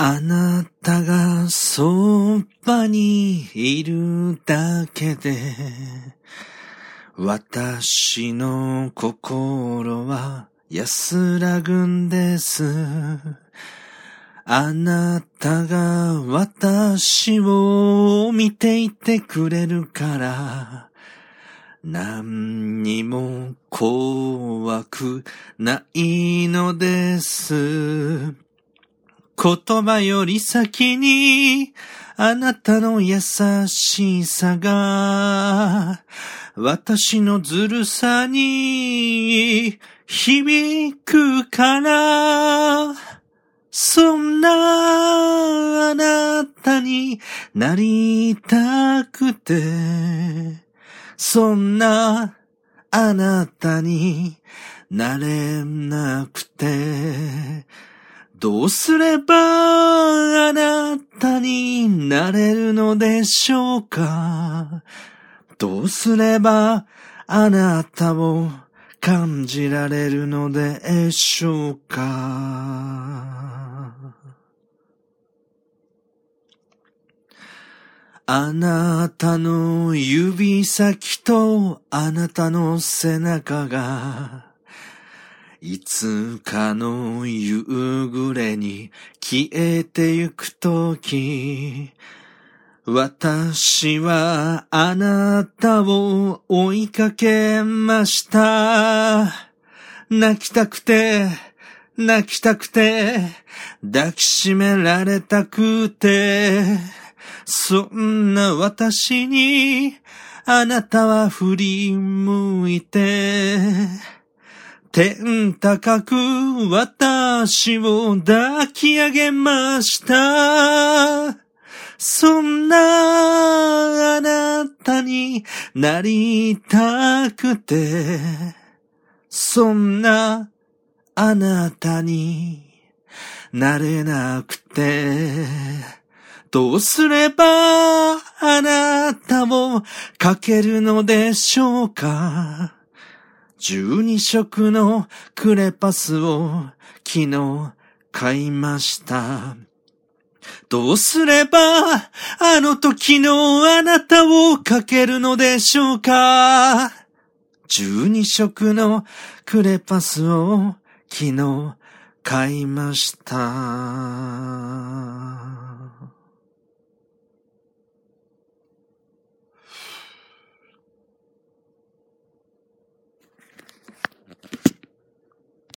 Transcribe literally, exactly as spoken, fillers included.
あなたがそばにいるだけで私の心は安らぐんです。あなたが私を見ていてくれるから何にも怖くないのです。言葉より先にあなたの優しさが私のずるさに響くから、そんなあなたになりたくて、そんなあなたになれなくて、どうすればあなたになれるのでしょうか。どうすればあなたを感じられるのでしょうか。あなたの指先とあなたの背中がいつかの夕暮れに消えてゆくとき、私はあなたを追いかけました。泣きたくて、泣きたくて、抱きしめられたくて、そんな私にあなたは振り向いて、天高く私を抱き上げました。そんなあなたになりたくて、そんなあなたになれなくて、どうすればあなたをかけるのでしょうか。十二色のクレパスを昨日買いました。どうすればあの時のあなたをかけるのでしょうか。十二色のクレパスを昨日買いました。